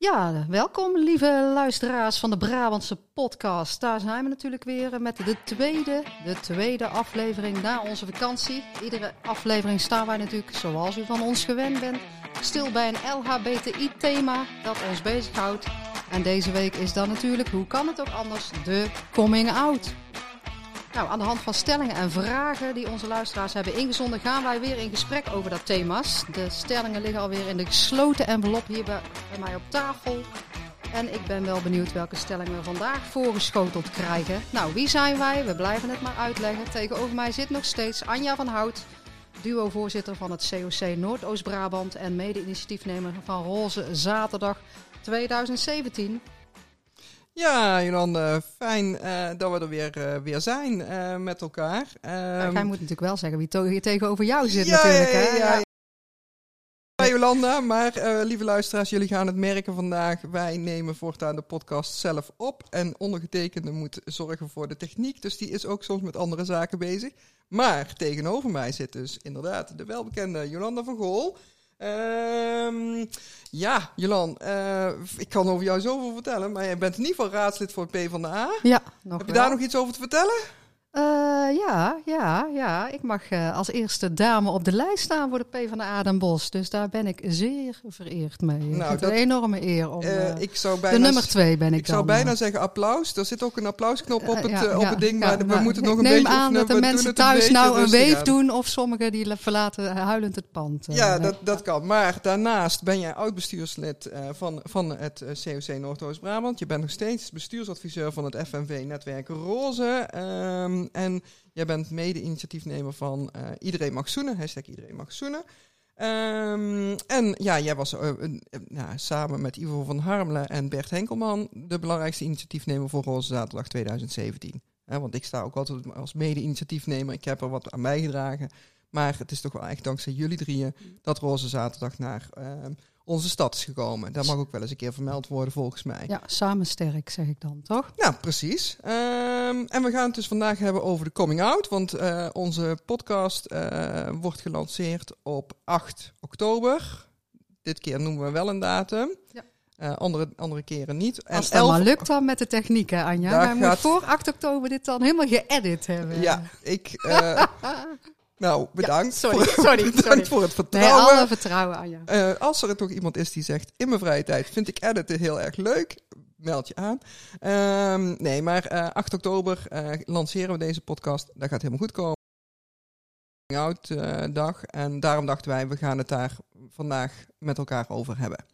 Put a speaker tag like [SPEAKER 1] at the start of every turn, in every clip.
[SPEAKER 1] Ja, welkom lieve luisteraars van de Brabantse podcast. Daar zijn we natuurlijk weer met de tweede aflevering na onze vakantie. Iedere aflevering staan wij natuurlijk, zoals u van ons gewend bent, stil bij een LHBTI-thema dat ons bezighoudt. En deze week is dan natuurlijk, hoe kan het ook anders, de coming out. Nou, aan de hand van stellingen en vragen die onze luisteraars hebben ingezonden, gaan wij weer in gesprek over dat thema's. De stellingen liggen alweer in de gesloten envelop hier bij mij op tafel. En ik ben wel benieuwd welke stellingen we vandaag voorgeschoteld krijgen. Nou, wie zijn wij? We blijven het maar uitleggen. Tegenover mij zit nog steeds Anja van Hout, duo-voorzitter van het COC Noordoost-Brabant en mede-initiatiefnemer van Roze Zaterdag 2017.
[SPEAKER 2] Ja, Jolande, fijn dat we er weer zijn met elkaar.
[SPEAKER 1] Jij moet natuurlijk wel zeggen wie hier tegenover jou zit natuurlijk. Hè?
[SPEAKER 2] Ja, Jolanda, maar lieve luisteraars, jullie gaan het merken vandaag. Wij nemen voortaan de podcast zelf op en ondergetekende moet zorgen voor de techniek. Dus die is ook soms met andere zaken bezig. Maar tegenover mij zit dus inderdaad de welbekende Jolanda van Gool. Ja, Jolan, ik kan over jou zoveel vertellen, maar jij bent in ieder geval raadslid voor het PvdA.
[SPEAKER 1] Ja,
[SPEAKER 2] Heb je daar nog iets over te vertellen?
[SPEAKER 1] Ja. Ik mag als eerste dame op de lijst staan voor de PvdA Den Bosch. Dus daar ben ik zeer vereerd mee. Nou, het is een enorme eer om de nummer 2 ben ik
[SPEAKER 2] Ik zou bijna zeggen applaus. Er zit ook een applausknop op het ding, maar we moeten nog een beetje oefenen.
[SPEAKER 1] Ik neem aan dat de mensen thuis nou een weef doen of sommigen die verlaten huilend het pand.
[SPEAKER 2] Dat kan. Maar daarnaast ben jij oud-bestuurslid van het COC Noordoost-Brabant. Je bent nog steeds bestuursadviseur van het FNV-netwerk Roze. En jij bent mede-initiatiefnemer van Iedereen Mag Zoenen, #Iedereen Mag Zoenen. En ja, jij was samen met Ivo van Harmelen en Bert Henkelman de belangrijkste initiatiefnemer voor Roze Zaterdag 2017. Want ik sta ook altijd als mede-initiatiefnemer, ik heb er wat aan bijgedragen. Maar het is toch wel echt dankzij jullie drieën dat Roze Zaterdag naar onze stad is gekomen. Dat mag ook wel eens een keer vermeld worden volgens mij.
[SPEAKER 1] Ja, samen sterk zeg ik dan, toch?
[SPEAKER 2] Nou, precies. En we gaan het dus vandaag hebben over de coming out. Want onze podcast wordt gelanceerd op 8 oktober. Dit keer noemen we wel een datum. Ja. Andere keren niet. En
[SPEAKER 1] als dat maar lukt dan met de techniek, hè Anja? Wij moeten voor 8 oktober dit dan helemaal geëdit hebben.
[SPEAKER 2] Ja, Nou, bedankt.
[SPEAKER 1] Ja, sorry.
[SPEAKER 2] Bedankt voor het vertrouwen.
[SPEAKER 1] Nee, alle vertrouwen, Anja.
[SPEAKER 2] Als er toch iemand is die zegt, in mijn vrije tijd vind ik editen heel erg leuk, meld je aan. Maar 8 oktober lanceren we deze podcast. Dat gaat helemaal goed komen. Out dag. En daarom dachten wij, we gaan het daar vandaag met elkaar over hebben.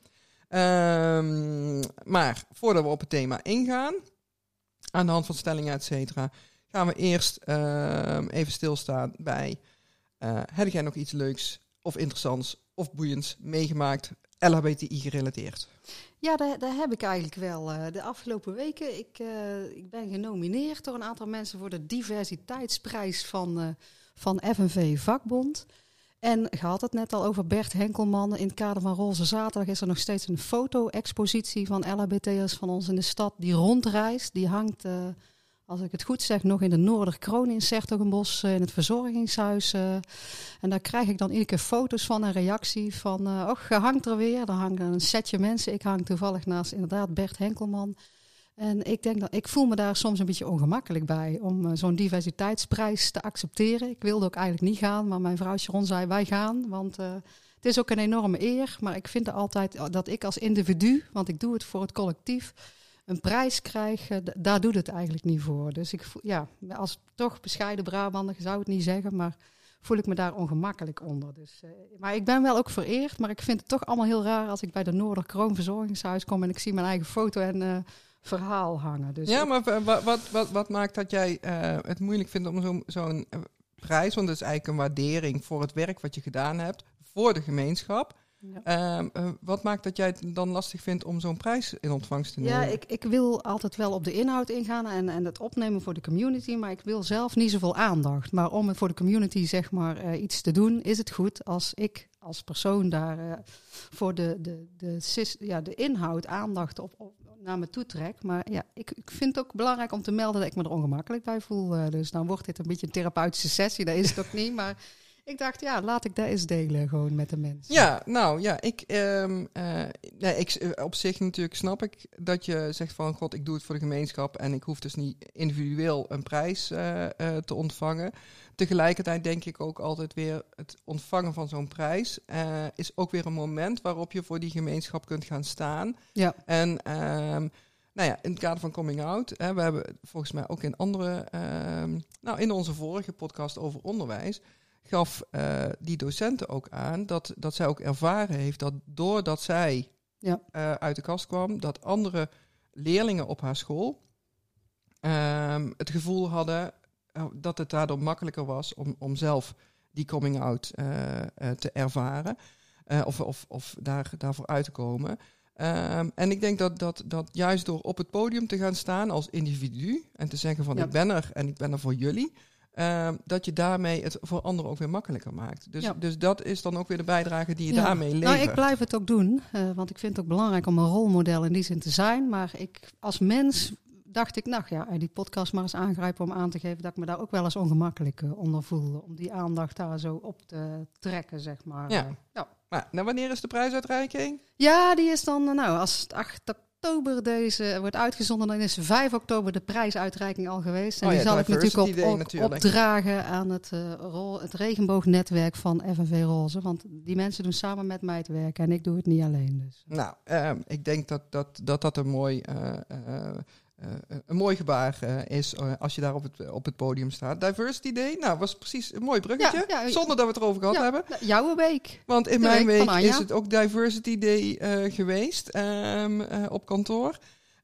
[SPEAKER 2] Maar voordat we op het thema ingaan, aan de hand van stellingen, et cetera, gaan we eerst even stilstaan bij, heb jij nog iets leuks of interessants of boeiends meegemaakt, LHBTI gerelateerd?
[SPEAKER 1] Ja, daar heb ik eigenlijk wel. De afgelopen weken, ik ben genomineerd door een aantal mensen voor de diversiteitsprijs van FNV Vakbond. En je had het net al over Bert Henkelman. In het kader van Roze Zaterdag is er nog steeds een foto-expositie van LHBT'ers van ons in de stad die rondreist. Die hangt, als ik het goed zeg, nog in de Noorderkroon in 's-Hertogenbosch in het verzorgingshuis. En daar krijg ik dan iedere keer foto's van en reactie van, je hangt er weer. Dan hangt een setje mensen. Ik hang toevallig naast inderdaad Bert Henkelman. En ik voel me daar soms een beetje ongemakkelijk bij om zo'n diversiteitsprijs te accepteren. Ik wilde ook eigenlijk niet gaan, maar mijn vrouw Sharon zei, wij gaan. Want het is ook een enorme eer. Maar ik vind altijd dat ik als individu, want ik doe het voor het collectief, een prijs krijg. Daar doet het eigenlijk niet voor. Dus als toch bescheiden Brabander, zou het niet zeggen, maar voel ik me daar ongemakkelijk onder. Dus, maar ik ben wel ook vereerd, maar ik vind het toch allemaal heel raar als ik bij de Noorderkroon verzorgingshuis kom en ik zie mijn eigen foto en verhaal hangen. Dus
[SPEAKER 2] ja, maar wat maakt dat jij het moeilijk vindt om zo'n prijs, want het is eigenlijk een waardering voor het werk wat je gedaan hebt voor de gemeenschap. Ja. Wat maakt dat jij het dan lastig vindt om zo'n prijs in ontvangst te nemen?
[SPEAKER 1] Ja, ik wil altijd wel op de inhoud ingaan en het opnemen voor de community, maar ik wil zelf niet zoveel aandacht. Maar om voor de community zeg maar iets te doen, is het goed als ik als persoon daar voor de inhoud aandacht op naar me toe trek. Maar ja, ik vind het ook belangrijk om te melden dat ik me er ongemakkelijk bij voel. Dus dan wordt dit een beetje een therapeutische sessie, dat is het ook niet. Maar Ik dacht, laat ik dat eens delen gewoon met de mensen.
[SPEAKER 2] Ja, nou ja, op zich natuurlijk snap ik dat je zegt van, god, ik doe het voor de gemeenschap en ik hoef dus niet individueel een prijs te ontvangen. Tegelijkertijd denk ik ook altijd weer, het ontvangen van zo'n prijs is ook weer een moment waarop je voor die gemeenschap kunt gaan staan.
[SPEAKER 1] Ja.
[SPEAKER 2] En in het kader van coming out, we hebben volgens mij ook in onze vorige podcast over onderwijs, gaf die docenten ook aan dat zij ook ervaren heeft dat doordat zij uit de kast kwam, dat andere leerlingen op haar school het gevoel hadden dat het daardoor makkelijker was om zelf die coming out te ervaren of daarvoor uit te komen. En ik denk dat juist door op het podium te gaan staan als individu en te zeggen van ik ben er en ik ben er voor jullie, dat je daarmee het voor anderen ook weer makkelijker maakt. Dus dat is dan ook weer de bijdrage die je daarmee levert.
[SPEAKER 1] Nou, ik blijf het ook doen, want ik vind het ook belangrijk om een rolmodel in die zin te zijn. Maar ik als mens dacht ik, die podcast maar eens aangrijpen om aan te geven dat ik me daar ook wel eens ongemakkelijk onder voelde. Om die aandacht daar zo op te trekken, zeg maar.
[SPEAKER 2] Ja. Maar wanneer is de prijsuitreiking?
[SPEAKER 1] Ja, die is dan, als het 8 oktober deze wordt uitgezonden, dan is 5 oktober de prijsuitreiking al geweest. En die zal ik natuurlijk opdragen aan het regenboognetwerk van FNV Roze. Want die mensen doen samen met mij het werk en ik doe het niet alleen. Dus.
[SPEAKER 2] Nou, ik denk dat een mooi gebaar is als je daar op het podium staat. Diversity Day, was precies een mooi bruggetje. Zonder dat we het erover gehad hebben.
[SPEAKER 1] Jouw week.
[SPEAKER 2] Want in mijn week is het ook Diversity Day geweest op kantoor.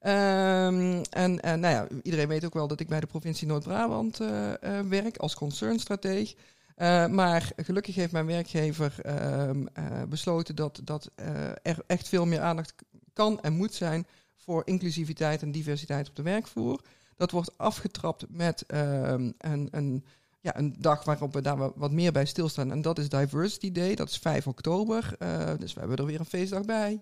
[SPEAKER 2] Iedereen weet ook wel dat ik bij de provincie Noord-Brabant werk als concernstrateeg. Maar gelukkig heeft mijn werkgever besloten dat er echt veel meer aandacht kan en moet zijn voor inclusiviteit en diversiteit op de werkvloer. Dat wordt afgetrapt met een dag waarop we daar wat meer bij stilstaan. En dat is Diversity Day, dat is 5 oktober. Dus we hebben er weer een feestdag bij.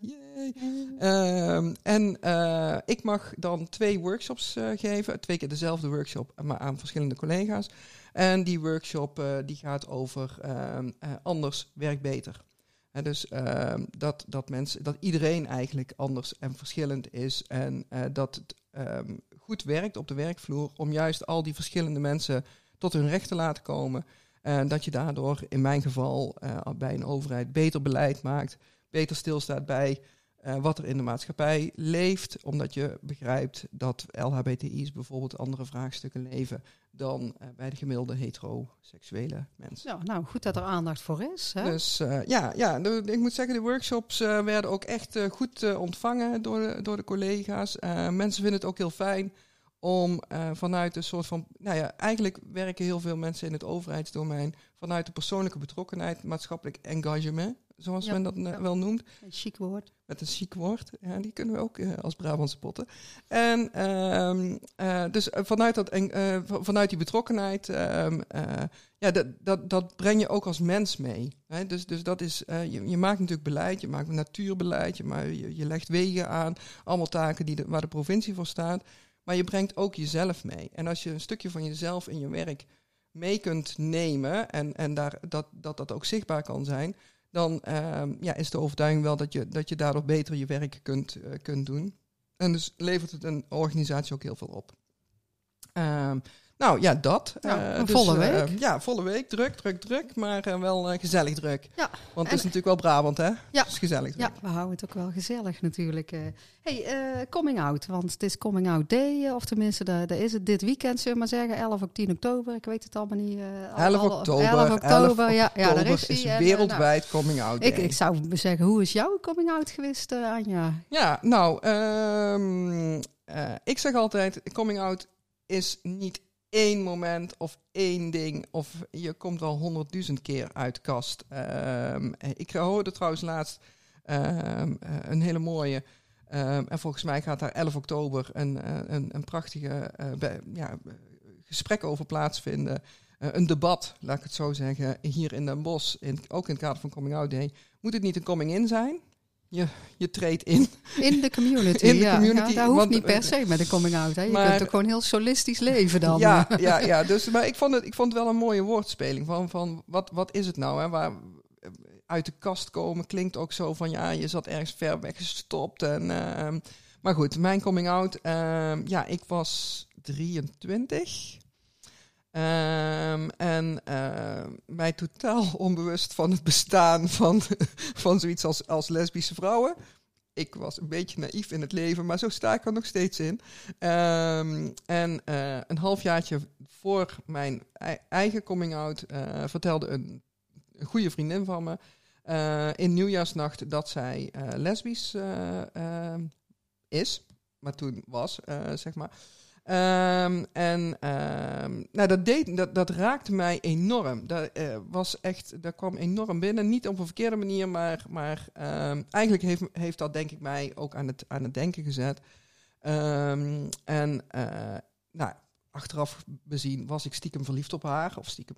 [SPEAKER 2] Ik mag dan 2 workshops geven. 2 keer dezelfde workshop, maar aan verschillende collega's. En die workshop die gaat over anders werkt beter. Dus dat iedereen eigenlijk anders en verschillend is. En dat het goed werkt op de werkvloer om juist al die verschillende mensen tot hun recht te laten komen. En dat je daardoor in mijn geval bij een overheid beter beleid maakt. Beter stilstaat bij wat er in de maatschappij leeft. Omdat je begrijpt dat LHBTI's bijvoorbeeld andere vraagstukken leven dan bij de gemiddelde heteroseksuele mensen.
[SPEAKER 1] Ja, goed dat er aandacht voor is. Hè?
[SPEAKER 2] Dus ik moet zeggen, de workshops werden ook echt goed ontvangen door de collega's. Mensen vinden het ook heel fijn om vanuit een soort van... eigenlijk werken heel veel mensen in het overheidsdomein vanuit de persoonlijke betrokkenheid, maatschappelijk engagement, zoals men dat wel noemt.
[SPEAKER 1] Een chic woord.
[SPEAKER 2] Met een chic woord. Ja, die kunnen we ook als Brabantse potten. En dus vanuit die betrokkenheid, dat breng je ook als mens mee. Hè? Dus dat is, je maakt natuurlijk beleid, je maakt natuurbeleid, je legt wegen aan, allemaal taken waar de provincie voor staat. Maar je brengt ook jezelf mee. En als je een stukje van jezelf in je werk mee kunt nemen en dat ook zichtbaar kan zijn, dan is de overtuiging wel dat je daardoor beter je werk kunt doen. En dus levert het een organisatie ook heel veel op. Dat.
[SPEAKER 1] Een volle week.
[SPEAKER 2] Volle week. Druk. Maar wel gezellig druk.
[SPEAKER 1] Ja.
[SPEAKER 2] Want het is natuurlijk wel Brabant, hè?
[SPEAKER 1] Ja.
[SPEAKER 2] Het is gezellig druk.
[SPEAKER 1] Ja, we houden het ook wel gezellig natuurlijk. Coming out. Want het is Coming Out Day. Of tenminste, daar is het dit weekend, zullen we maar zeggen. 11 of 10 oktober. Ik weet het allemaal niet.
[SPEAKER 2] 11 oktober.
[SPEAKER 1] 11 oktober, ja. Daar
[SPEAKER 2] is wereldwijd Coming Out Day.
[SPEAKER 1] Ik zou zeggen, hoe is jouw coming out geweest, Anja?
[SPEAKER 2] Ja, ik zeg altijd, coming out is niet 1 moment of 1 ding, of je komt wel 100.000 keer uit de kast. Ik hoorde trouwens laatst een hele mooie, en volgens mij gaat daar 11 oktober een prachtige gesprek over plaatsvinden. Een debat, laat ik het zo zeggen, hier in Den Bosch, ook in het kader van Coming Out Day. Moet het niet een coming in zijn? je treedt in.
[SPEAKER 1] In de community,
[SPEAKER 2] In de community,
[SPEAKER 1] Ja, dat hoeft
[SPEAKER 2] want,
[SPEAKER 1] niet per se met een coming-out. Hè. Je
[SPEAKER 2] maar-
[SPEAKER 1] kunt ook gewoon heel solistisch leven dan.
[SPEAKER 2] Ja, dus, maar ik vond het wel een mooie woordspeling. Van wat is het nou? Hè? Uit de kast komen klinkt ook zo van, ja, je zat ergens ver weg gestopt. Maar goed, mijn coming out. Ik was 23. Mij totaal onbewust van het bestaan van zoiets als lesbische vrouwen. Ik was een beetje naïef in het leven, maar zo sta ik er nog steeds in. Een halfjaartje voor mijn eigen coming-out vertelde een goede vriendin van me in nieuwjaarsnacht dat zij lesbisch is. Maar toen was, zeg maar. Dat raakte mij enorm. Dat kwam enorm binnen. Niet op een verkeerde manier, maar eigenlijk heeft dat denk ik mij ook aan het denken gezet. Achteraf bezien was ik stiekem verliefd op haar. Of stiekem,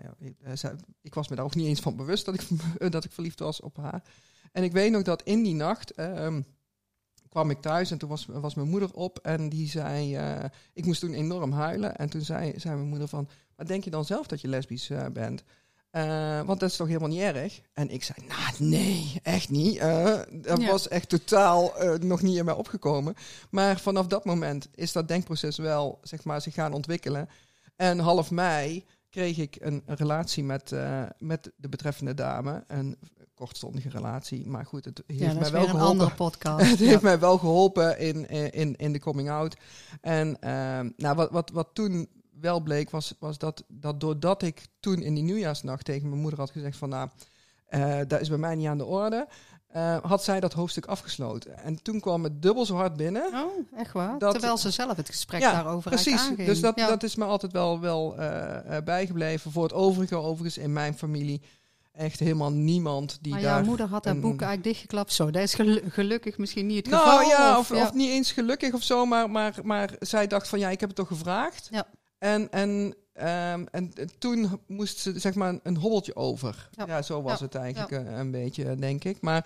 [SPEAKER 2] ik was me daar ook niet eens van bewust dat ik verliefd was op haar. En ik weet nog dat in die nacht kwam ik thuis en toen was mijn moeder op en die zei, ik moest toen enorm huilen. En toen zei mijn moeder van, maar denk je dan zelf dat je lesbisch bent? Want dat is toch helemaal niet erg? En ik zei, nee, echt niet. Dat was echt totaal nog niet in mij opgekomen. Maar vanaf dat moment is dat denkproces wel, zeg maar, zich gaan ontwikkelen. En half mei kreeg ik een relatie met de betreffende dame. Een kortstondige relatie, maar goed, het heeft mij wel geholpen.
[SPEAKER 1] Een andere podcast.
[SPEAKER 2] Het heeft mij wel geholpen in de coming out. En wat toen wel bleek was dat doordat ik toen in die nieuwjaarsnacht tegen mijn moeder had gezegd van dat is bij mij niet aan de orde, had zij dat hoofdstuk afgesloten. En toen kwam het dubbel zo hard binnen.
[SPEAKER 1] Oh, echt waar? Terwijl ze zelf het gesprek daarover
[SPEAKER 2] precies.
[SPEAKER 1] aanging.
[SPEAKER 2] Dus dat is me altijd wel bijgebleven. Voor het overige, overigens in mijn familie echt helemaal niemand die
[SPEAKER 1] maar
[SPEAKER 2] daar...
[SPEAKER 1] jouw moeder had haar boek eigenlijk dichtgeklapt. Zo, dat is gelukkig misschien niet het
[SPEAKER 2] geval.
[SPEAKER 1] geval.
[SPEAKER 2] Ja, of niet eens gelukkig of zo, maar zij dacht van, ik heb het toch gevraagd.
[SPEAKER 1] Ja.
[SPEAKER 2] En toen moest ze, zeg maar, een hobbeltje over. Ja, zo was het eigenlijk een beetje, denk ik. Maar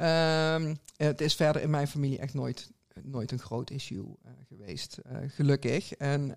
[SPEAKER 2] het is verder in mijn familie echt nooit een groot issue geweest, gelukkig.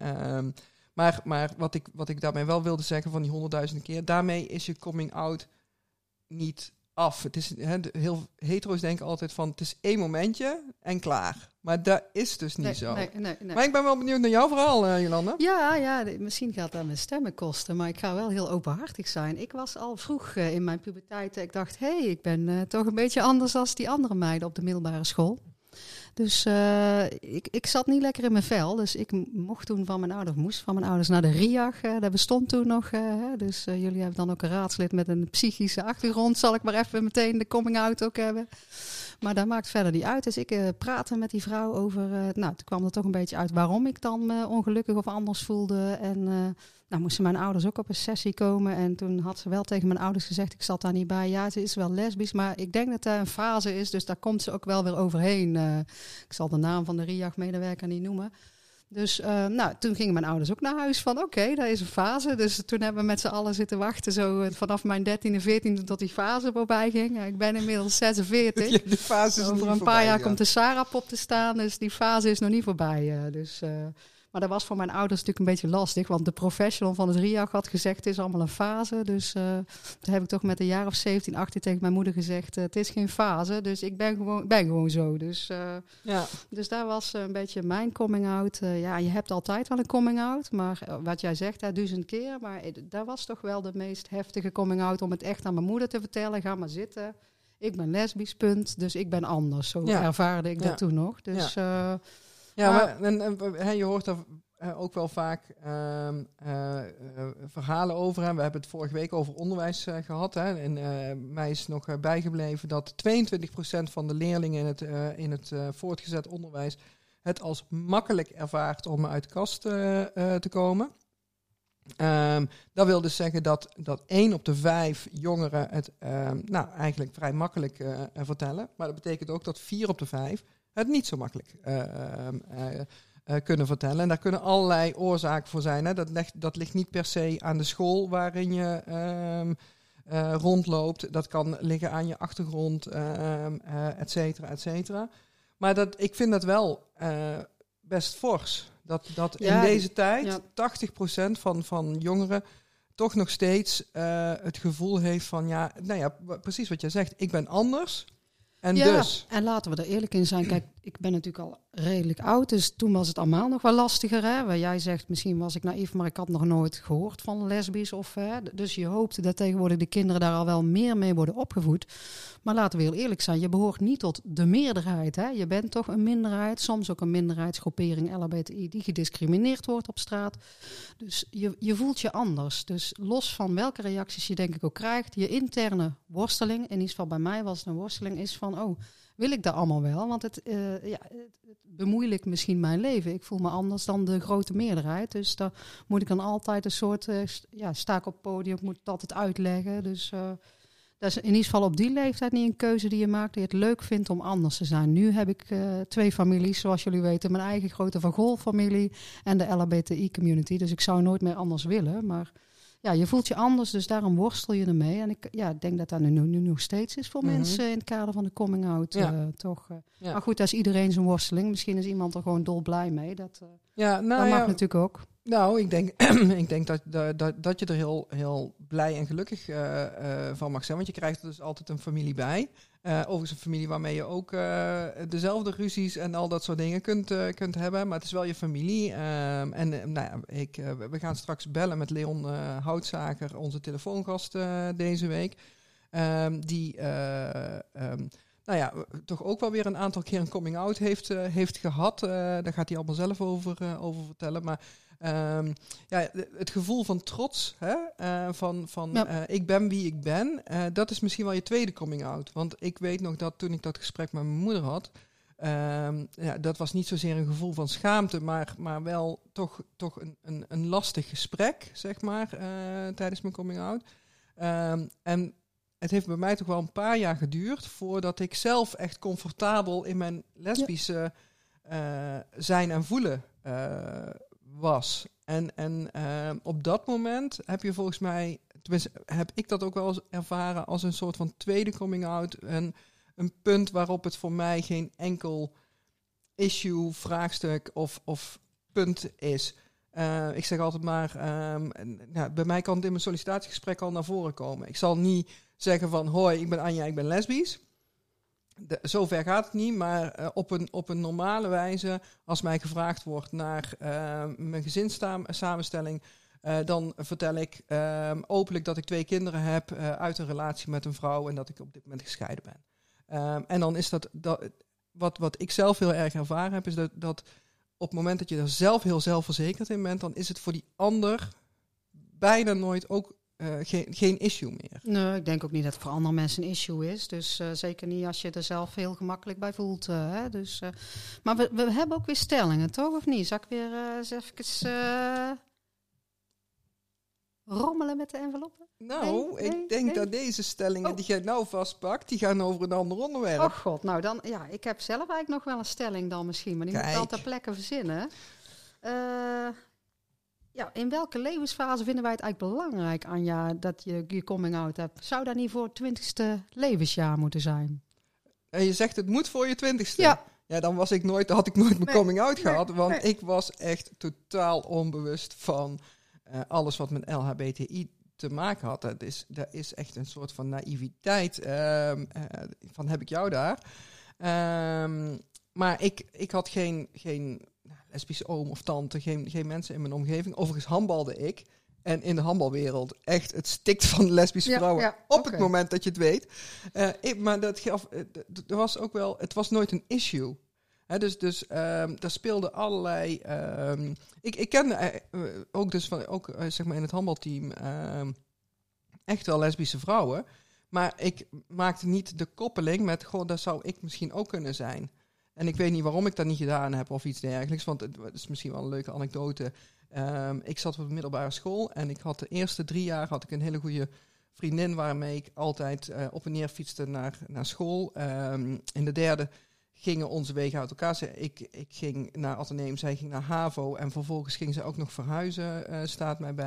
[SPEAKER 2] Maar wat ik daarmee wel wilde zeggen van die 100.000 keer, daarmee is je coming out niet af. Het is, heel hetero's denken altijd van, het is 1 momentje en klaar. Maar dat is dus niet zo.
[SPEAKER 1] Nee.
[SPEAKER 2] Maar ik ben wel benieuwd naar jouw verhaal, Jolanda.
[SPEAKER 1] Ja, misschien gaat dat mijn stemmen kosten, maar ik ga wel heel openhartig zijn. Ik was al vroeg in mijn puberteit, ik dacht, ik ben toch een beetje anders dan die andere meiden op de middelbare school. Dus ik zat niet lekker in mijn vel. Dus ik moest van mijn ouders naar de RIAG. Dat bestond toen nog. Dus jullie hebben dan ook een raadslid met een psychische achtergrond. Zal ik maar even meteen de coming out ook hebben. Maar dat maakt verder niet uit. Dus ik praatte met die vrouw over... toen kwam er toch een beetje uit waarom ik dan me ongelukkig of anders voelde. En moesten mijn ouders ook op een sessie komen. En toen had ze wel tegen mijn ouders gezegd... ik zat daar niet bij. Ja, ze is wel lesbisch. Maar ik denk dat dat een fase is. Dus daar komt ze ook wel weer overheen. Ik zal de naam van de RIAG-medewerker niet noemen. Dus toen gingen mijn ouders ook naar huis van... oké, dat is een fase. Dus toen hebben we met z'n allen zitten wachten... zo vanaf mijn 13e, 14e tot die fase voorbij ging. Ik ben inmiddels 46.
[SPEAKER 2] Ja, de fase is
[SPEAKER 1] over een paar jaar komt de Sarah-pop te staan. Dus die fase is nog niet voorbij. Maar dat was voor mijn ouders natuurlijk een beetje lastig. Want de professional van het RIAG had gezegd... het is allemaal een fase. Dus toen heb ik toch met een jaar of 17, 18 tegen mijn moeder gezegd... het is geen fase, dus ik ben gewoon zo. Dus daar was een beetje mijn coming out. Je hebt altijd wel een coming out. Maar wat jij zegt, 1000 keer. Maar dat was toch wel de meest heftige coming out... om het echt aan mijn moeder te vertellen. Ga maar zitten. Ik ben lesbisch, punt. Dus ik ben anders. Zo ervaarde ik dat toen nog. Dus...
[SPEAKER 2] maar je hoort er ook wel vaak verhalen over. Hè. We hebben het vorige week over onderwijs gehad. Hè. En mij is nog bijgebleven dat 22% van de leerlingen in het voortgezet onderwijs het als makkelijk ervaart om uit de kast te komen. Dat wil dus zeggen dat 1 op de 5 jongeren het eigenlijk vrij makkelijk vertellen. Maar dat betekent ook dat 4 op de 5 het niet zo makkelijk kunnen vertellen. En daar kunnen allerlei oorzaken voor zijn. Hè. Dat ligt niet per se aan de school waarin je rondloopt. Dat kan liggen aan je achtergrond, et cetera, et cetera. Maar ik vind dat wel best fors. Dat in deze tijd 80% van jongeren toch nog steeds het gevoel heeft van precies wat jij zegt. Ik ben anders. En
[SPEAKER 1] laten we er eerlijk in zijn. Kijk, ik ben natuurlijk al redelijk oud. Dus toen was het allemaal nog wel lastiger. Hè? Waar jij zegt, misschien was ik naïef, maar ik had nog nooit gehoord van lesbisch. Dus je hoopt dat tegenwoordig de kinderen daar al wel meer mee worden opgevoed. Maar laten we heel eerlijk zijn. Je behoort niet tot de meerderheid. Hè? Je bent toch een minderheid. Soms ook een minderheidsgroepering LHBTI die gediscrimineerd wordt op straat. Dus je voelt je anders. Dus los van welke reacties je denk ik ook krijgt. Je interne worsteling, in ieder geval bij mij was het een worsteling, is van wil ik dat allemaal wel? Want het bemoeilijkt misschien mijn leven. Ik voel me anders dan de grote meerderheid. Dus daar moet ik dan altijd een soort... sta ik op het podium, ik moet het altijd uitleggen. Dus dat is in ieder geval op die leeftijd niet een keuze die je maakt... die je het leuk vindt om anders te zijn. Nu heb ik 2 families, zoals jullie weten. Mijn eigen grote Van Gogh-familie en de LHBTI-community. Dus ik zou nooit meer anders willen, maar... Ja, je voelt je anders, dus daarom worstel je ermee. En ik denk dat dat nu nog steeds is voor mensen in het kader van de coming-out. Toch. Maar goed, dat is iedereen zijn worsteling. Misschien is iemand er gewoon dolblij mee. Dat mag natuurlijk ook.
[SPEAKER 2] Nou, ik denk dat je er heel, heel blij en gelukkig van mag zijn. Want je krijgt er dus altijd een familie bij. Overigens een familie waarmee je ook dezelfde ruzies en al dat soort dingen kunt hebben. Maar het is wel je familie. We gaan straks bellen met Leon Houtzaker, onze telefoongast deze week. Die toch ook wel weer een aantal keer een coming-out heeft gehad. Daar gaat hij allemaal zelf over vertellen. Maar het gevoel van trots, ik ben wie ik ben, dat is misschien wel je tweede coming-out. Want ik weet nog dat toen ik dat gesprek met mijn moeder had, dat was niet zozeer een gevoel van schaamte, maar wel toch een lastig gesprek, zeg maar, tijdens mijn coming-out. En het heeft bij mij toch wel een paar jaar geduurd voordat ik zelf echt comfortabel in mijn lesbische zijn en voelen was. En op dat moment heb je volgens mij, tenminste heb ik dat ook wel eens ervaren als een soort van tweede coming-out. En een punt waarop het voor mij geen enkel issue, vraagstuk of punt is. Ik zeg altijd maar, bij mij kan het in mijn sollicitatiegesprek al naar voren komen. Ik zal niet zeggen van, hoi, ik ben Anja, ik ben lesbisch. Zover gaat het niet, maar op een normale wijze, als mij gevraagd wordt naar mijn gezinssamenstelling, dan vertel ik openlijk dat ik 2 kinderen heb uit een relatie met een vrouw en dat ik op dit moment gescheiden ben. En dan is dat wat ik zelf heel erg ervaren heb, is dat op het moment dat je er zelf heel zelfverzekerd in bent, dan is het voor die ander bijna nooit ook geen issue meer.
[SPEAKER 1] Nee, ik denk ook niet dat het voor andere mensen een issue is. Dus zeker niet als je er zelf heel gemakkelijk bij voelt. Maar we hebben ook weer stellingen, toch? Of niet? Zal ik weer eens even rommelen met de enveloppen?
[SPEAKER 2] Nou, ik denk dat deze stellingen die jij nou vastpakt, die gaan over een ander onderwerp.
[SPEAKER 1] Oh god, nou dan, ik heb zelf eigenlijk nog wel een stelling dan misschien, maar die moet ik wel ter plekke verzinnen. In welke levensfase vinden wij het eigenlijk belangrijk, Anja, dat je coming-out hebt? Zou dat niet voor het 20ste levensjaar moeten zijn?
[SPEAKER 2] En je zegt het moet voor je 20ste? Ja. Ja, dan had ik nooit mijn coming-out gehad, want ik was echt totaal onbewust van alles wat met LHBTI te maken had. Dat is echt een soort van naïviteit van heb ik jou daar. Maar ik had geen lesbische oom of tante, geen mensen in mijn omgeving. Overigens handbalde ik. En in de handbalwereld echt het stikt van lesbische vrouwen het moment dat je het weet. Maar dat gaf, er was ook wel, het was nooit een issue. Dus daar speelden allerlei. Ik kende ook zeg maar in het handbalteam echt wel lesbische vrouwen. Maar ik maakte niet de koppeling met, goh, dat zou ik misschien ook kunnen zijn. En ik weet niet waarom ik dat niet gedaan heb of iets dergelijks. Want het is misschien wel een leuke anekdote. Ik zat op de middelbare school en ik had de eerste 3 jaar had ik een hele goede vriendin waarmee ik altijd op en neer fietste naar school. In de 3e gingen onze wegen uit elkaar. Ik ging naar Atheneum, zij ging naar HAVO en vervolgens ging ze ook nog verhuizen, staat mij bij.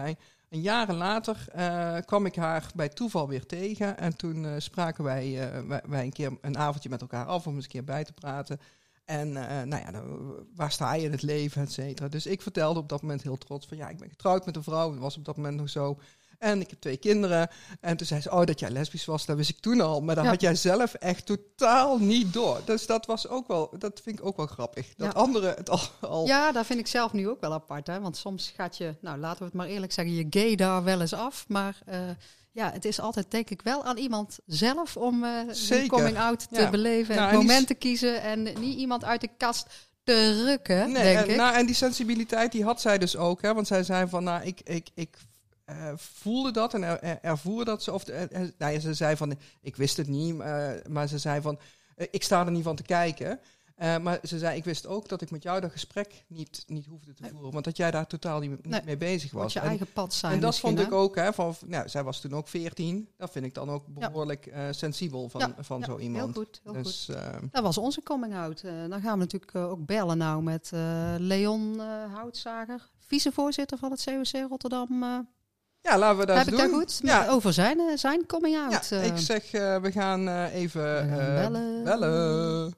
[SPEAKER 2] En jaren later kwam ik haar bij toeval weer tegen. En toen spraken wij een keer een avondje met elkaar af om eens een keer bij te praten. En waar sta je in het leven, et cetera. Dus ik vertelde op dat moment heel trots van ik ben getrouwd met een vrouw. Dat was op dat moment nog zo. En ik heb 2 kinderen. En toen zei ze, dat jij lesbisch was, dat wist ik toen al. Maar dat had jij zelf echt totaal niet door. Dus dat vind ik ook wel grappig. Dat anderen het al...
[SPEAKER 1] Ja, dat vind ik zelf nu ook wel apart. Hè? Want soms gaat je, laten we het maar eerlijk zeggen, je gay daar wel eens af. Maar het is altijd denk ik wel aan iemand zelf om een coming-out te beleven. En het moment te kiezen en niet iemand uit de kast te rukken, denk ik.
[SPEAKER 2] En die sensibiliteit die had zij dus ook. Hè? Want zij zei van, ik voelde dat en ervoer dat ze. Ze zei van, ik wist het niet, maar ze zei van, ik sta er niet van te kijken. Maar ze zei, ik wist ook dat ik met jou dat gesprek niet hoefde te voeren. Want dat jij daar totaal niet mee bezig was.
[SPEAKER 1] Moet je eigen pad zijn.
[SPEAKER 2] En dat vond ik ook, hè, zij was toen ook 14. Dat vind ik dan ook behoorlijk sensibel van zo iemand.
[SPEAKER 1] Heel goed. Dat was onze coming out. Dan gaan we natuurlijk ook bellen nou met Leon Houtzager, vicevoorzitter van het COC Rotterdam.
[SPEAKER 2] Ja, laten we dat doen.
[SPEAKER 1] Heb ik dat goed? Ja. Over zijn coming out.
[SPEAKER 2] Ja, ik zeg, we gaan even bellen.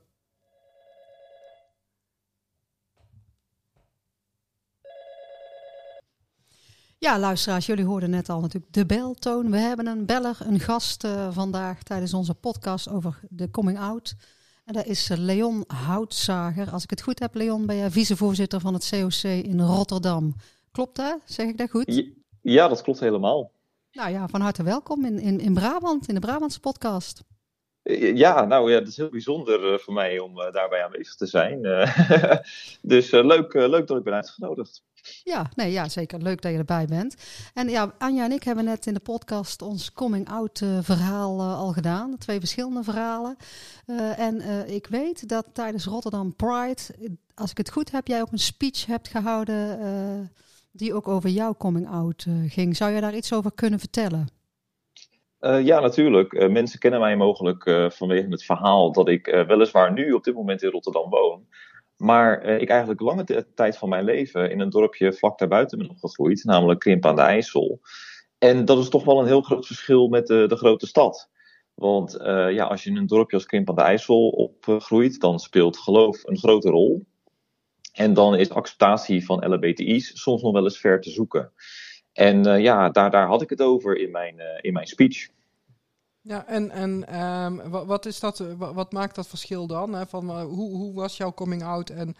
[SPEAKER 1] Ja, luisteraars, jullie hoorden net al natuurlijk de beltoon. We hebben een beller, een gast vandaag tijdens onze podcast over de coming out. En dat is Leon Houtzager. Als ik het goed heb, Leon, ben jij vicevoorzitter van het COC in Rotterdam. Klopt dat? Zeg ik dat goed?
[SPEAKER 3] Ja, dat klopt helemaal.
[SPEAKER 1] Nou ja, van harte welkom in Brabant, in de Brabantse podcast.
[SPEAKER 3] Ja, dat is heel bijzonder voor mij om daarbij aanwezig te zijn. Dus leuk dat ik ben uitgenodigd.
[SPEAKER 1] Ja, zeker. Leuk dat je erbij bent. En ja, Anja en ik hebben net in de podcast ons coming-out verhaal al gedaan. 2 verschillende verhalen. En ik weet dat tijdens Rotterdam Pride, als ik het goed heb, jij ook een speech hebt gehouden die ook over jouw coming-out ging. Zou jij daar iets over kunnen vertellen?
[SPEAKER 3] Ja, natuurlijk. Mensen kennen mij mogelijk vanwege het verhaal dat ik weliswaar nu op dit moment in Rotterdam woon. Maar ik eigenlijk lange tijd van mijn leven in een dorpje vlak daarbuiten ben opgegroeid, namelijk Krimpen aan de IJssel. En dat is toch wel een heel groot verschil met de grote stad. Want als je in een dorpje als Krimpen aan de IJssel opgroeit, dan speelt geloof een grote rol. En dan is acceptatie van LHBTI's soms nog wel eens ver te zoeken. En daar had ik het over in mijn speech.
[SPEAKER 2] Ja, en wat is dat? Wat maakt dat verschil dan? Hè? Hoe was jouw coming out? En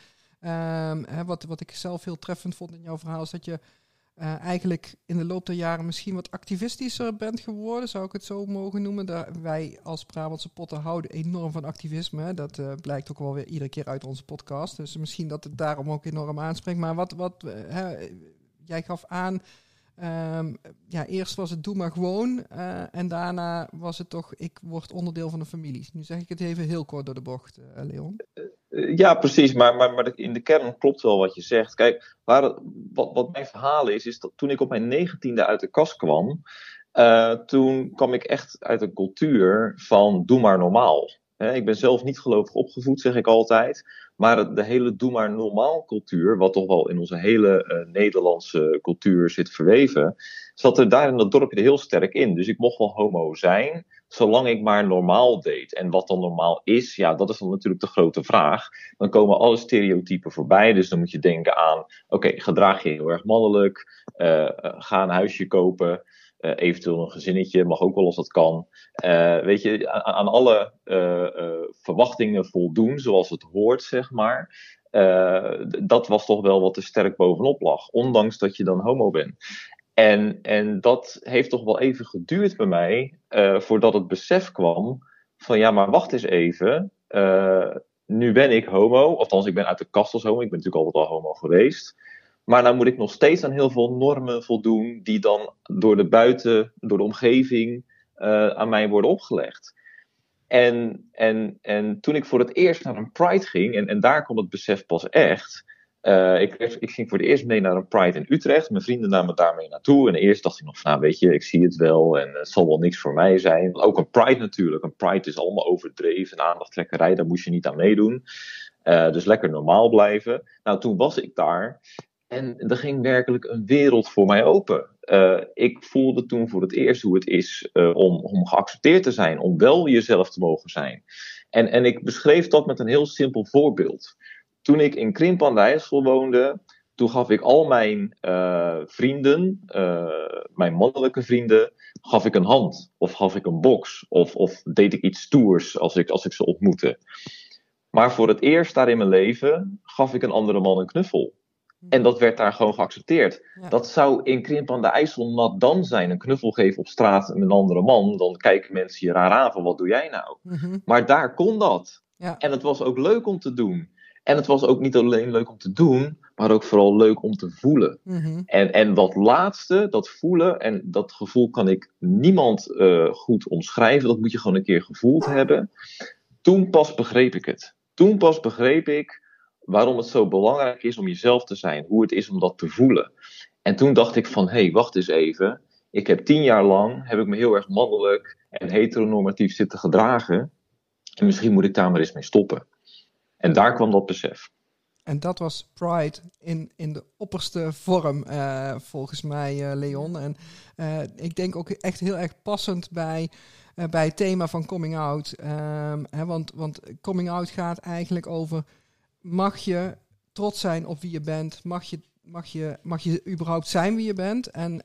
[SPEAKER 2] wat ik zelf heel treffend vond in jouw verhaal is dat je eigenlijk in de loop der jaren misschien wat activistischer bent geworden, zou ik het zo mogen noemen. Wij als Brabantse Potten houden enorm van activisme. Hè? Dat blijkt ook wel weer iedere keer uit onze podcast. Dus misschien dat het daarom ook enorm aanspreekt. Maar jij gaf aan, eerst was het doe maar gewoon. En daarna was het toch, ik word onderdeel van een familie. Nu zeg ik het even heel kort door de bocht, Leon.
[SPEAKER 3] Ja, precies. Maar in de kern klopt wel wat je zegt. Kijk, wat mijn verhaal is dat toen ik op mijn 19e uit de kast kwam, toen kwam ik echt uit een cultuur van doe maar normaal. Ik ben zelf niet gelovig opgevoed, zeg ik altijd. Maar de hele doe maar normaal cultuur, wat toch wel in onze hele Nederlandse cultuur zit verweven, zat er daar in dat dorpje er heel sterk in. Dus ik mocht wel homo zijn, zolang ik maar normaal deed. En wat dan normaal is, ja, dat is dan natuurlijk de grote vraag. Dan komen alle stereotypen voorbij. Dus dan moet je denken aan, oké, gedraag je heel erg mannelijk, ga een huisje kopen, eventueel een gezinnetje, mag ook wel als dat kan. Weet je, aan alle verwachtingen voldoen, zoals het hoort, zeg maar. Dat was toch wel wat er sterk bovenop lag, ondanks dat je dan homo bent. En dat heeft toch wel even geduurd bij mij, voordat het besef kwam van ja, maar wacht eens even. Nu ben ik homo, althans ik ben uit de kast als homo, ik ben natuurlijk altijd al homo geweest. Maar nou moet ik nog steeds aan heel veel normen voldoen die dan door de omgeving aan mij worden opgelegd. En toen ik voor het eerst naar een Pride ging, en daar kwam het besef pas echt. Ik ging voor het eerst mee naar een Pride in Utrecht. Mijn vrienden namen daarmee naartoe. En eerst dacht ik nog van, nou weet je, ik zie het wel en het zal wel niks voor mij zijn. Ook een Pride natuurlijk. Een Pride is allemaal overdreven en aandachttrekkerij, daar moest je niet aan meedoen. Dus lekker normaal blijven. Nou, toen was ik daar. En er ging werkelijk een wereld voor mij open. Ik voelde toen voor het eerst hoe het is om geaccepteerd te zijn, om wel jezelf te mogen zijn. En ik beschreef dat met een heel simpel voorbeeld. Toen ik in Krimpen aan de IJssel woonde, toen gaf ik al mijn vrienden, mijn mannelijke vrienden, gaf ik een hand. Of gaf ik een box. Of deed ik iets stoers als ik ze ontmoette. Maar voor het eerst daar in mijn leven gaf ik een andere man een knuffel. En dat werd daar gewoon geaccepteerd. Ja. Dat zou in Krimpen aan de IJssel nat dan zijn. Een knuffel geven op straat met een andere man. Dan kijken mensen je raar aan van wat doe jij nou? Mm-hmm. Maar daar kon dat. Ja. En het was ook leuk om te doen. En het was ook niet alleen leuk om te doen, maar ook vooral leuk om te voelen. Mm-hmm. En dat laatste, dat voelen, en dat gevoel kan ik niemand goed omschrijven. Dat moet je gewoon een keer gevoeld hebben. Toen pas begreep ik het. Toen pas begreep ik waarom het zo belangrijk is om jezelf te zijn. Hoe het is om dat te voelen. En toen dacht ik van, hé, wacht eens even. Ik heb 10 jaar lang, heb ik me heel erg mannelijk en heteronormatief zitten gedragen. En misschien moet ik daar maar eens mee stoppen. En daar kwam dat besef.
[SPEAKER 2] En dat was Pride in de opperste vorm, volgens mij, Leon. En ik denk ook echt heel erg passend bij het thema van coming out. Want coming out gaat eigenlijk over, mag je trots zijn op wie je bent? Mag je überhaupt zijn wie je bent?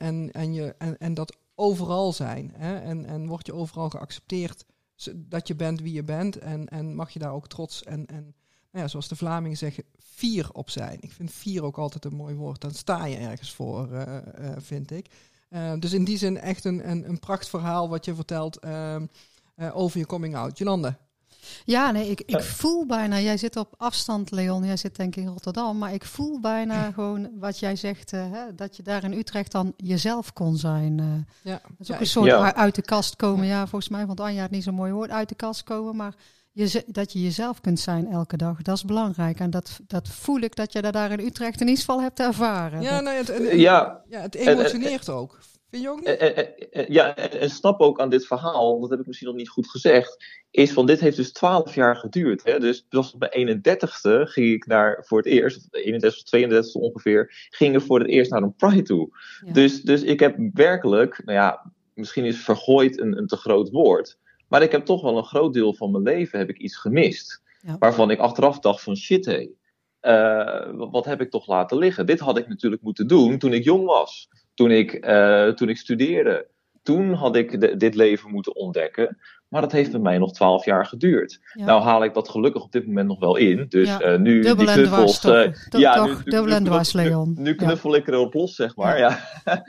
[SPEAKER 2] En dat overal zijn. Hè? En word je overal geaccepteerd dat je bent wie je bent? En mag je daar ook trots en ja, zoals de Vlamingen zeggen, fier op zijn. Ik vind fier ook altijd een mooi woord. Dan sta je ergens voor, vind ik. Dus in die zin echt een prachtverhaal wat je vertelt over je coming out. Jolande?
[SPEAKER 1] Ja, nee, ik voel bijna, jij zit op afstand, Leon, jij zit denk ik in Rotterdam, maar ik voel bijna gewoon wat jij zegt, dat je daar in Utrecht dan jezelf kon zijn. Dat is ook een soort uit de kast komen. Ja, volgens mij vond Anja het niet zo'n mooi woord, uit de kast komen, maar dat je jezelf kunt zijn elke dag, dat is belangrijk. En dat voel ik dat je dat daar in Utrecht in ieder geval hebt ervaren.
[SPEAKER 2] Ja, het emotioneert ook. Vind je ook niet?
[SPEAKER 3] En snap ook aan dit verhaal, dat heb ik misschien nog niet goed gezegd, is van dit heeft dus 12 jaar geduurd. Hè? Dus pas op mijn 31ste ging ik voor het eerst, 31 of 32ste ongeveer, ging ik voor het eerst naar een Pride toe. Ja. Dus ik heb werkelijk, misschien is vergooid een te groot woord, maar ik heb toch wel een groot deel van mijn leven heb ik iets gemist. Ja. Waarvan ik achteraf dacht van shit wat heb ik toch laten liggen? Dit had ik natuurlijk moeten doen toen ik jong was. Toen ik studeerde. Toen had ik dit leven moeten ontdekken. Maar dat heeft bij mij nog 12 jaar geduurd. Ja. Nou haal ik dat gelukkig op dit moment nog wel in. Dus nu
[SPEAKER 1] dubbel
[SPEAKER 3] die knuffels...
[SPEAKER 1] dubbel en dwars, Leon.
[SPEAKER 3] Nu knuffel ik erop los, zeg maar. Ja.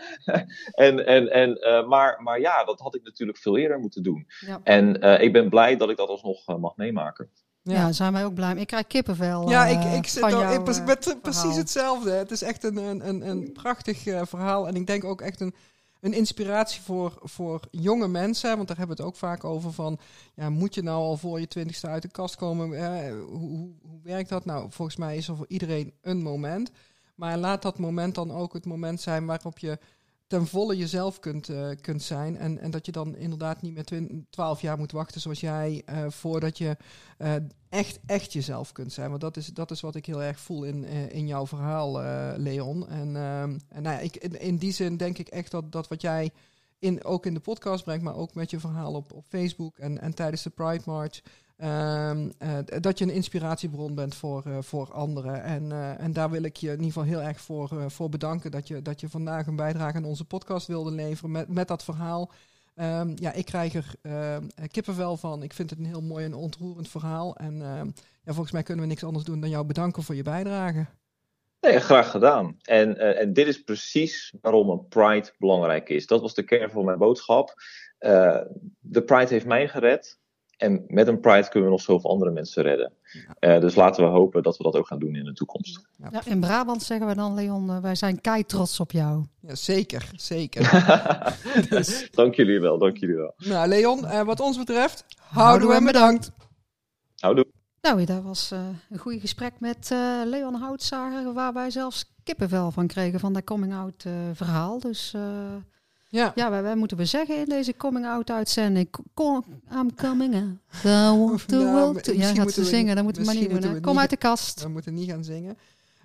[SPEAKER 3] Maar ja, dat had ik natuurlijk veel eerder moeten doen. Ja. En ik ben blij dat ik dat alsnog mag meemaken.
[SPEAKER 1] Ja, zijn wij ook blij. Ik krijg kippenvel.
[SPEAKER 2] Ja, ik zit ook met precies hetzelfde. Het is echt een prachtig verhaal. En ik denk ook echt een inspiratie voor jonge mensen. Want daar hebben we het ook vaak over van, ja, moet je nou al voor je 20ste uit de kast komen? Hoe werkt dat? Nou, volgens mij is er voor iedereen een moment. Maar laat dat moment dan ook het moment zijn waarop je ten volle jezelf kunt zijn. En dat je dan inderdaad niet meer 12 jaar moet wachten zoals jij, voordat je echt jezelf kunt zijn. Want dat is wat ik heel erg voel in jouw verhaal, Leon. In die zin denk ik echt dat wat jij ook in de podcast brengt, maar ook met je verhaal op Facebook en tijdens de Pride March, dat je een inspiratiebron bent voor anderen. En daar wil ik je in ieder geval heel erg voor bedanken dat je vandaag een bijdrage aan onze podcast wilde leveren met dat verhaal. Ik krijg er kippenvel van. Ik vind het een heel mooi en ontroerend verhaal. En volgens mij kunnen we niks anders doen dan jou bedanken voor je bijdrage.
[SPEAKER 3] Nee, graag gedaan. En dit is precies waarom een Pride belangrijk is. Dat was de kern van mijn boodschap. De Pride heeft mij gered. En met een Pride kunnen we nog zoveel andere mensen redden. Dus laten we hopen dat we dat ook gaan doen in de toekomst.
[SPEAKER 1] Ja, in Brabant zeggen we dan, Leon, wij zijn kei trots op jou.
[SPEAKER 2] Ja, zeker.
[SPEAKER 3] Dus. Dank jullie wel.
[SPEAKER 2] Nou, Leon, wat ons betreft, houdoe en bedankt.
[SPEAKER 3] Houdoe.
[SPEAKER 1] Nou, dat was een goed gesprek met Leon Houtzager, waar wij zelfs kippenvel van kregen van dat coming-out verhaal. Dus... Ja, wij moeten we zeggen in deze coming-out-uitzending. I'm coming out. I want the world to... Ja, gaat ze zingen, dat moeten we maar niet doen. Kom uit de kast.
[SPEAKER 2] We moeten niet gaan zingen.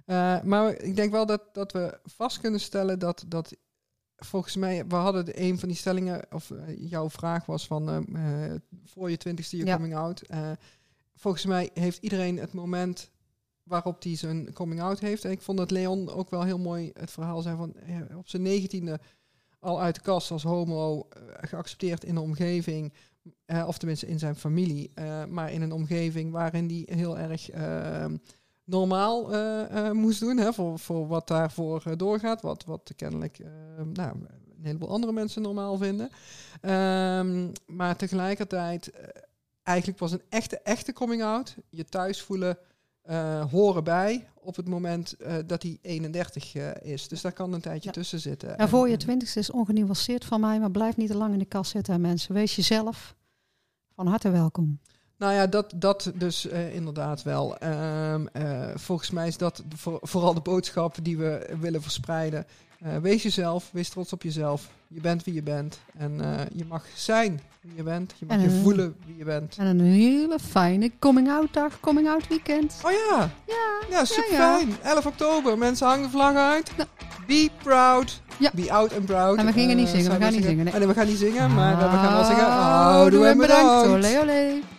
[SPEAKER 2] Maar ik denk wel dat we vast kunnen stellen dat volgens mij, we hadden een van die stellingen, of jouw vraag was van voor je 20ste je coming out. Volgens mij heeft iedereen het moment waarop hij zijn coming out heeft. En ik vond dat Leon ook wel heel mooi het verhaal zei van op zijn 19e al uit de kast als homo, geaccepteerd in de omgeving, of tenminste in zijn familie, maar in een omgeving waarin die heel erg normaal moest doen, hè, voor wat daarvoor doorgaat, wat kennelijk een heleboel andere mensen normaal vinden. Maar tegelijkertijd, eigenlijk was een echte coming out, je thuis voelen, horen bij op het moment dat hij 31 is. Dus daar kan een tijdje tussen zitten.
[SPEAKER 1] Ja, voor je 20ste is ongenuanceerd van mij, maar blijf niet te lang in de kast zitten, mensen. Wees jezelf. Van harte welkom.
[SPEAKER 2] Nou ja, dat dus inderdaad wel. Volgens mij is dat vooral de boodschap die we willen verspreiden. Wees jezelf, wees trots op jezelf. Je bent wie je bent. En je mag zijn wie je bent. Je mag je voelen wie je bent.
[SPEAKER 1] En een hele fijne coming-out dag, coming-out weekend.
[SPEAKER 2] Oh ja. Ja, super fijn. 11 oktober. Mensen hangen de vlag uit.
[SPEAKER 1] Ja.
[SPEAKER 2] Be proud.
[SPEAKER 1] Ja.
[SPEAKER 2] Be out and proud.
[SPEAKER 1] En we gingen niet zingen. We gaan niet zingen.
[SPEAKER 2] Nee, we gaan niet zingen. Maar we gaan wel zingen. Houdoe en bedankt.
[SPEAKER 1] Olé, olé.